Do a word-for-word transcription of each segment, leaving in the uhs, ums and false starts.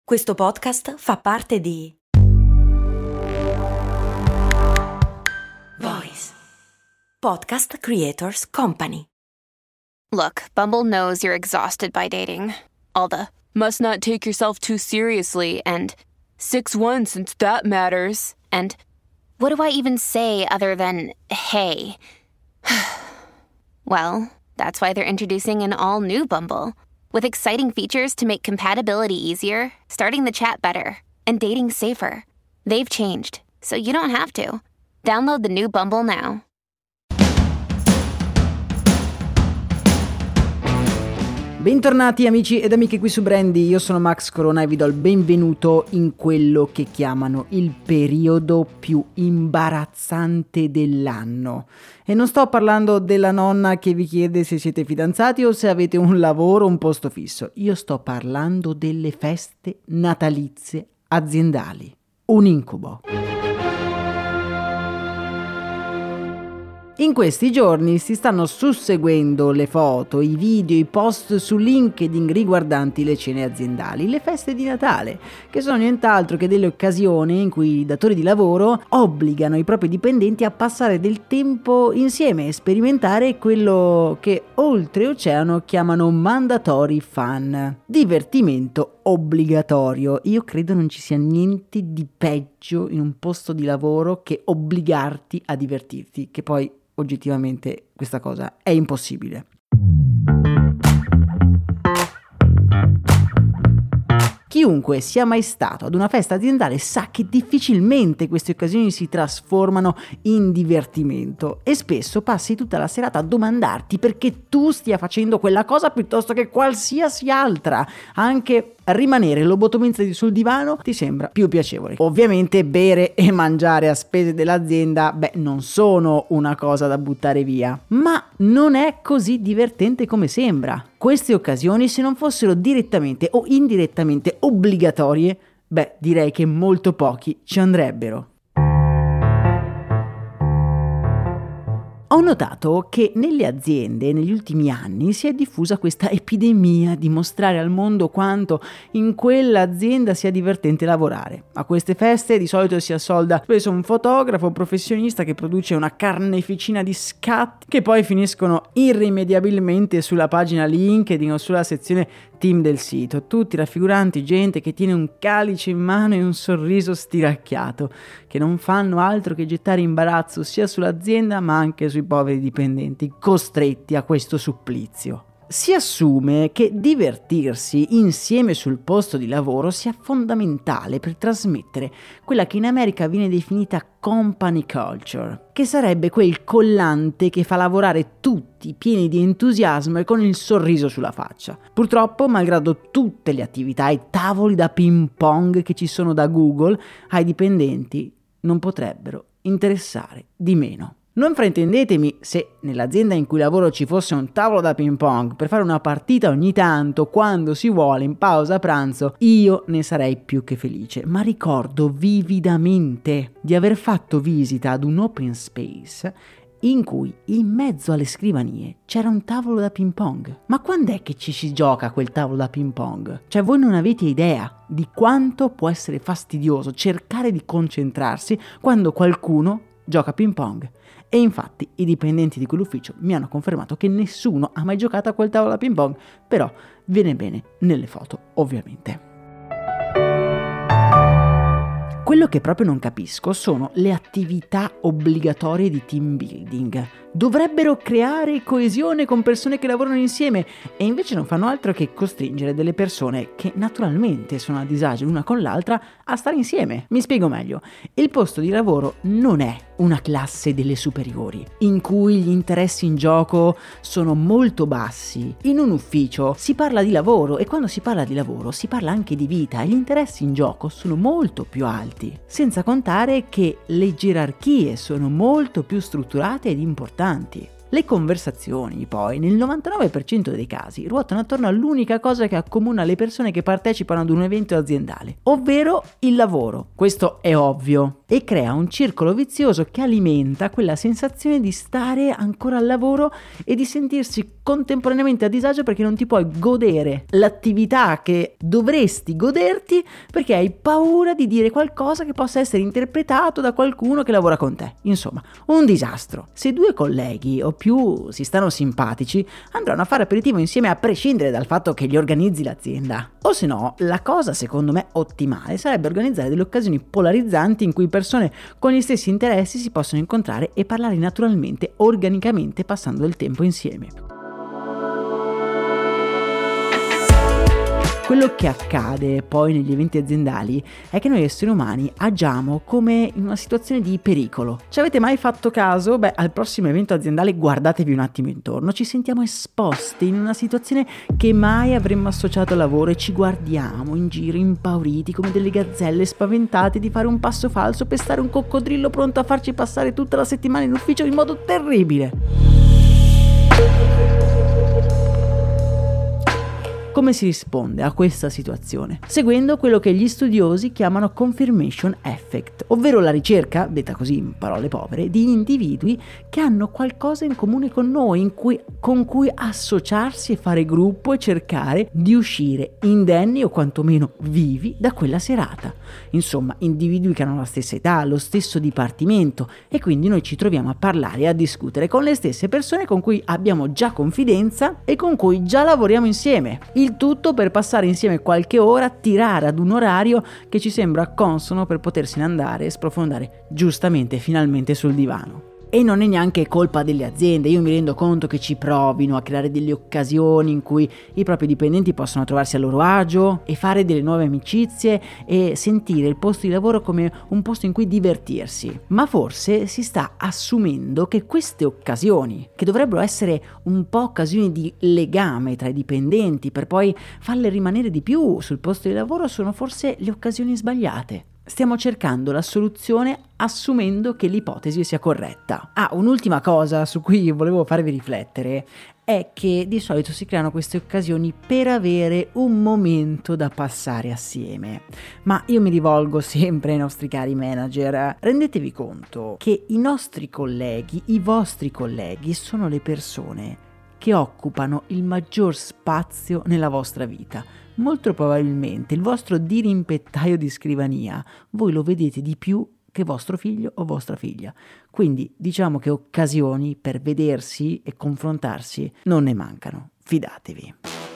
Questo podcast fa parte di Voice Podcast Creators Company. Look, Bumble knows you're exhausted by dating. All the must not take yourself too seriously and six one since that matters. And what do I even say other than hey? Well, that's why they're introducing an all-new Bumble. With exciting features to make compatibility easier, starting the chat better, and dating safer. They've changed, so you don't have to. Download the new Bumble now. Bentornati amici ed amiche qui su Brandy, io sono Max Corona e vi do il benvenuto in quello che chiamano il periodo più imbarazzante dell'anno. E non sto parlando della nonna che vi chiede se siete fidanzati o se avete un lavoro o un posto fisso, io sto parlando delle feste natalizie aziendali. Un incubo. In questi giorni si stanno susseguendo le foto, i video, i post su LinkedIn riguardanti le cene aziendali, le feste di Natale, che sono nient'altro che delle occasioni in cui i datori di lavoro obbligano i propri dipendenti a passare del tempo insieme e sperimentare quello che oltreoceano chiamano mandatory fun, divertimento obbligatorio. Io credo non ci sia niente di peggio in un posto di lavoro che obbligarti a divertirti, che poi oggettivamente questa cosa è impossibile. Chiunque sia mai stato ad una festa aziendale sa che difficilmente queste occasioni si trasformano in divertimento e spesso passi tutta la serata a domandarti perché tu stia facendo quella cosa piuttosto che qualsiasi altra. Anche rimanere lobotomizzati sul divano ti sembra più piacevole. Ovviamente bere e mangiare a spese dell'azienda, beh, non sono una cosa da buttare via, ma non è così divertente come sembra. Queste occasioni, se non fossero direttamente o indirettamente obbligatorie, beh, direi che molto pochi ci andrebbero. Ho notato che nelle aziende negli ultimi anni si è diffusa questa epidemia di mostrare al mondo quanto in quell'azienda sia divertente lavorare. A queste feste di solito si assolda spesso un fotografo professionista che produce una carneficina di scatti che poi finiscono irrimediabilmente sulla pagina LinkedIn o sulla sezione team del sito, tutti raffiguranti gente che tiene un calice in mano e un sorriso stiracchiato, che non fanno altro che gettare imbarazzo sia sull'azienda ma anche sui poveri dipendenti costretti a questo supplizio. Si assume che divertirsi insieme sul posto di lavoro sia fondamentale per trasmettere quella che in America viene definita company culture, che sarebbe quel collante che fa lavorare tutti pieni di entusiasmo e con il sorriso sulla faccia. Purtroppo, malgrado tutte le attività e tavoli da ping pong che ci sono da Google, ai dipendenti non potrebbero interessare di meno. Non fraintendetemi se nell'azienda in cui lavoro ci fosse un tavolo da ping pong per fare una partita ogni tanto quando si vuole in pausa pranzo, io ne sarei più che felice, ma ricordo vividamente di aver fatto visita ad un open space in cui in mezzo alle scrivanie c'era un tavolo da ping pong. Ma quando è che ci si gioca a quel tavolo da ping pong? Cioè voi non avete idea di quanto può essere fastidioso cercare di concentrarsi quando qualcuno gioca a ping pong. E infatti i dipendenti di quell'ufficio mi hanno confermato che nessuno ha mai giocato a quel tavolo da ping pong, però viene bene nelle foto, ovviamente. Quello che proprio non capisco sono le attività obbligatorie di team building. Dovrebbero creare coesione con persone che lavorano insieme e invece non fanno altro che costringere delle persone che naturalmente sono a disagio l'una con l'altra a stare insieme. Mi spiego meglio. Il posto di lavoro non è una classe delle superiori in cui gli interessi in gioco sono molto bassi. In un ufficio si parla di lavoro e quando si parla di lavoro si parla anche di vita e gli interessi in gioco sono molto più alti. Senza contare che le gerarchie sono molto più strutturate ed importanti. Le conversazioni, poi, nel novantanove per cento dei casi ruotano attorno all'unica cosa che accomuna le persone che partecipano ad un evento aziendale, ovvero il lavoro. Questo è ovvio e crea un circolo vizioso che alimenta quella sensazione di stare ancora al lavoro e di sentirsi contemporaneamente a disagio perché non ti puoi godere l'attività che dovresti goderti perché hai paura di dire qualcosa che possa essere interpretato da qualcuno che lavora con te. Insomma, un disastro. Se due colleghi o più si stanno simpatici, andranno a fare aperitivo insieme a prescindere dal fatto che li organizzi l'azienda. O se no, la cosa secondo me ottimale sarebbe organizzare delle occasioni polarizzanti in cui persone con gli stessi interessi si possono incontrare e parlare naturalmente, organicamente, passando del tempo insieme. Quello che accade poi negli eventi aziendali è che noi esseri umani agiamo come in una situazione di pericolo. Ci avete mai fatto caso? Beh, al prossimo evento aziendale guardatevi un attimo intorno, ci sentiamo esposti in una situazione che mai avremmo associato al lavoro e ci guardiamo in giro impauriti come delle gazzelle spaventate di fare un passo falso per stare un coccodrillo pronto a farci passare tutta la settimana in ufficio in modo terribile. Come si risponde a questa situazione? Seguendo quello che gli studiosi chiamano confirmation effect, ovvero la ricerca, detta così in parole povere, di individui che hanno qualcosa in comune con noi, in cui, con cui associarsi e fare gruppo e cercare di uscire indenni o quantomeno vivi da quella serata. Insomma, individui che hanno la stessa età, lo stesso dipartimento e quindi noi ci troviamo a parlare e a discutere con le stesse persone con cui abbiamo già confidenza e con cui già lavoriamo insieme. Il tutto per passare insieme qualche ora, tirare ad un orario che ci sembra consono per potersene andare e sprofondare giustamente finalmente sul divano. E non è neanche colpa delle aziende, io mi rendo conto che ci provino a creare delle occasioni in cui i propri dipendenti possono trovarsi a loro agio e fare delle nuove amicizie e sentire il posto di lavoro come un posto in cui divertirsi. Ma forse si sta assumendo che queste occasioni, che dovrebbero essere un po' occasioni di legame tra i dipendenti per poi farle rimanere di più sul posto di lavoro, sono forse le occasioni sbagliate. Stiamo cercando la soluzione assumendo che l'ipotesi sia corretta. Ah, un'ultima cosa su cui volevo farvi riflettere è che di solito si creano queste occasioni per avere un momento da passare assieme. Ma io mi rivolgo sempre ai nostri cari manager. Rendetevi conto che i nostri colleghi, i vostri colleghi, sono le persone che occupano il maggior spazio nella vostra vita. Molto probabilmente il vostro dirimpettaio di scrivania voi lo vedete di più che vostro figlio o vostra figlia. Quindi diciamo che occasioni per vedersi e confrontarsi non ne mancano. Fidatevi.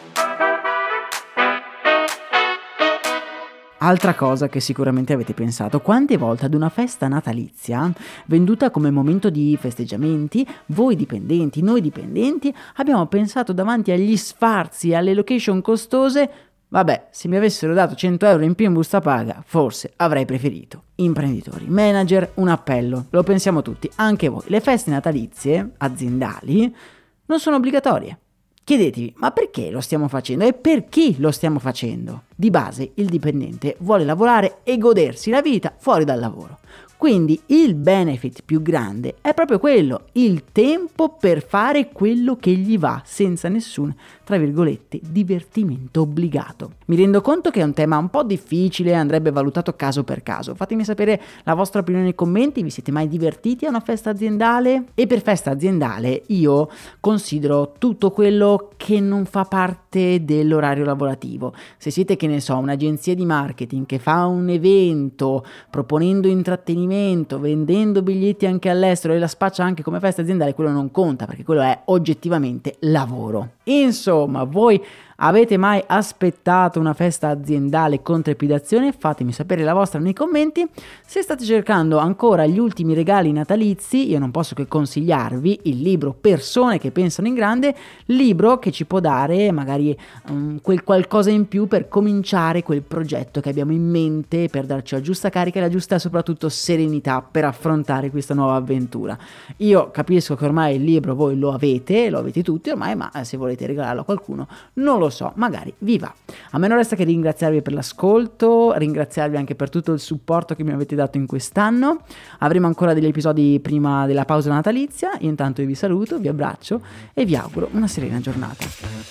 Altra cosa che sicuramente avete pensato: quante volte ad una festa natalizia, venduta come momento di festeggiamenti, voi dipendenti, noi dipendenti, abbiamo pensato davanti agli sfarzi e alle location costose: vabbè, se mi avessero dato cento euro in più in busta paga, forse avrei preferito. Imprenditori, manager, un appello, lo pensiamo tutti, anche voi. Le feste natalizie aziendali non sono obbligatorie. Chiedetevi, ma perché lo stiamo facendo e per chi lo stiamo facendo? Di base il dipendente vuole lavorare e godersi la vita fuori dal lavoro. Quindi il benefit più grande è proprio quello, il tempo per fare quello che gli va, senza nessun, tra virgolette, divertimento obbligato. Mi rendo conto che è un tema un po' difficile e andrebbe valutato caso per caso. Fatemi sapere la vostra opinione nei commenti. Vi siete mai divertiti a una festa aziendale? E per festa aziendale io considero tutto quello che non fa parte dell'orario lavorativo. Se siete, che ne so, un'agenzia di marketing che fa un evento proponendo intrattenimento, vendendo biglietti anche all'estero e la spaccia anche come festa aziendale, quello non conta, perché quello è oggettivamente lavoro. Insomma, voi avete mai aspettato una festa aziendale con trepidazione? Fatemi sapere la vostra nei commenti. Se state cercando ancora gli ultimi regali natalizi, io non posso che consigliarvi il libro Persone che pensano in grande, libro che ci può dare magari um, quel qualcosa in più per cominciare quel progetto che abbiamo in mente, per darci la giusta carica e la giusta soprattutto serenità per affrontare questa nuova avventura. Io capisco che ormai il libro voi lo avete, lo avete tutti ormai, ma se volete volete regalarlo a qualcuno, non lo so, magari vi va. A me non resta che ringraziarvi per l'ascolto, ringraziarvi anche per tutto il supporto che mi avete dato in quest'anno. Avremo ancora degli episodi prima della pausa natalizia. Io intanto vi saluto, vi abbraccio e vi auguro una serena giornata.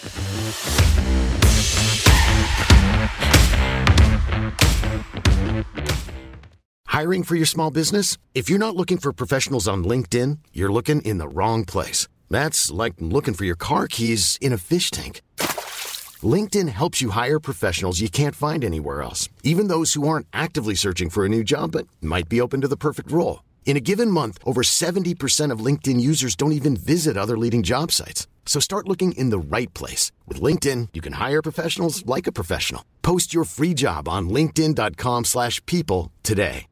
Hiring for your small business? If you're not looking for professionals on LinkedIn, you're looking in the wrong place. That's like looking for your car keys in a fish tank. LinkedIn helps you hire professionals you can't find anywhere else, even those who aren't actively searching for a new job but might be open to the perfect role. In a given month, over seventy percent of LinkedIn users don't even visit other leading job sites. So start looking in the right place. With LinkedIn, you can hire professionals like a professional. Post your free job on linkedin dot com slash people today.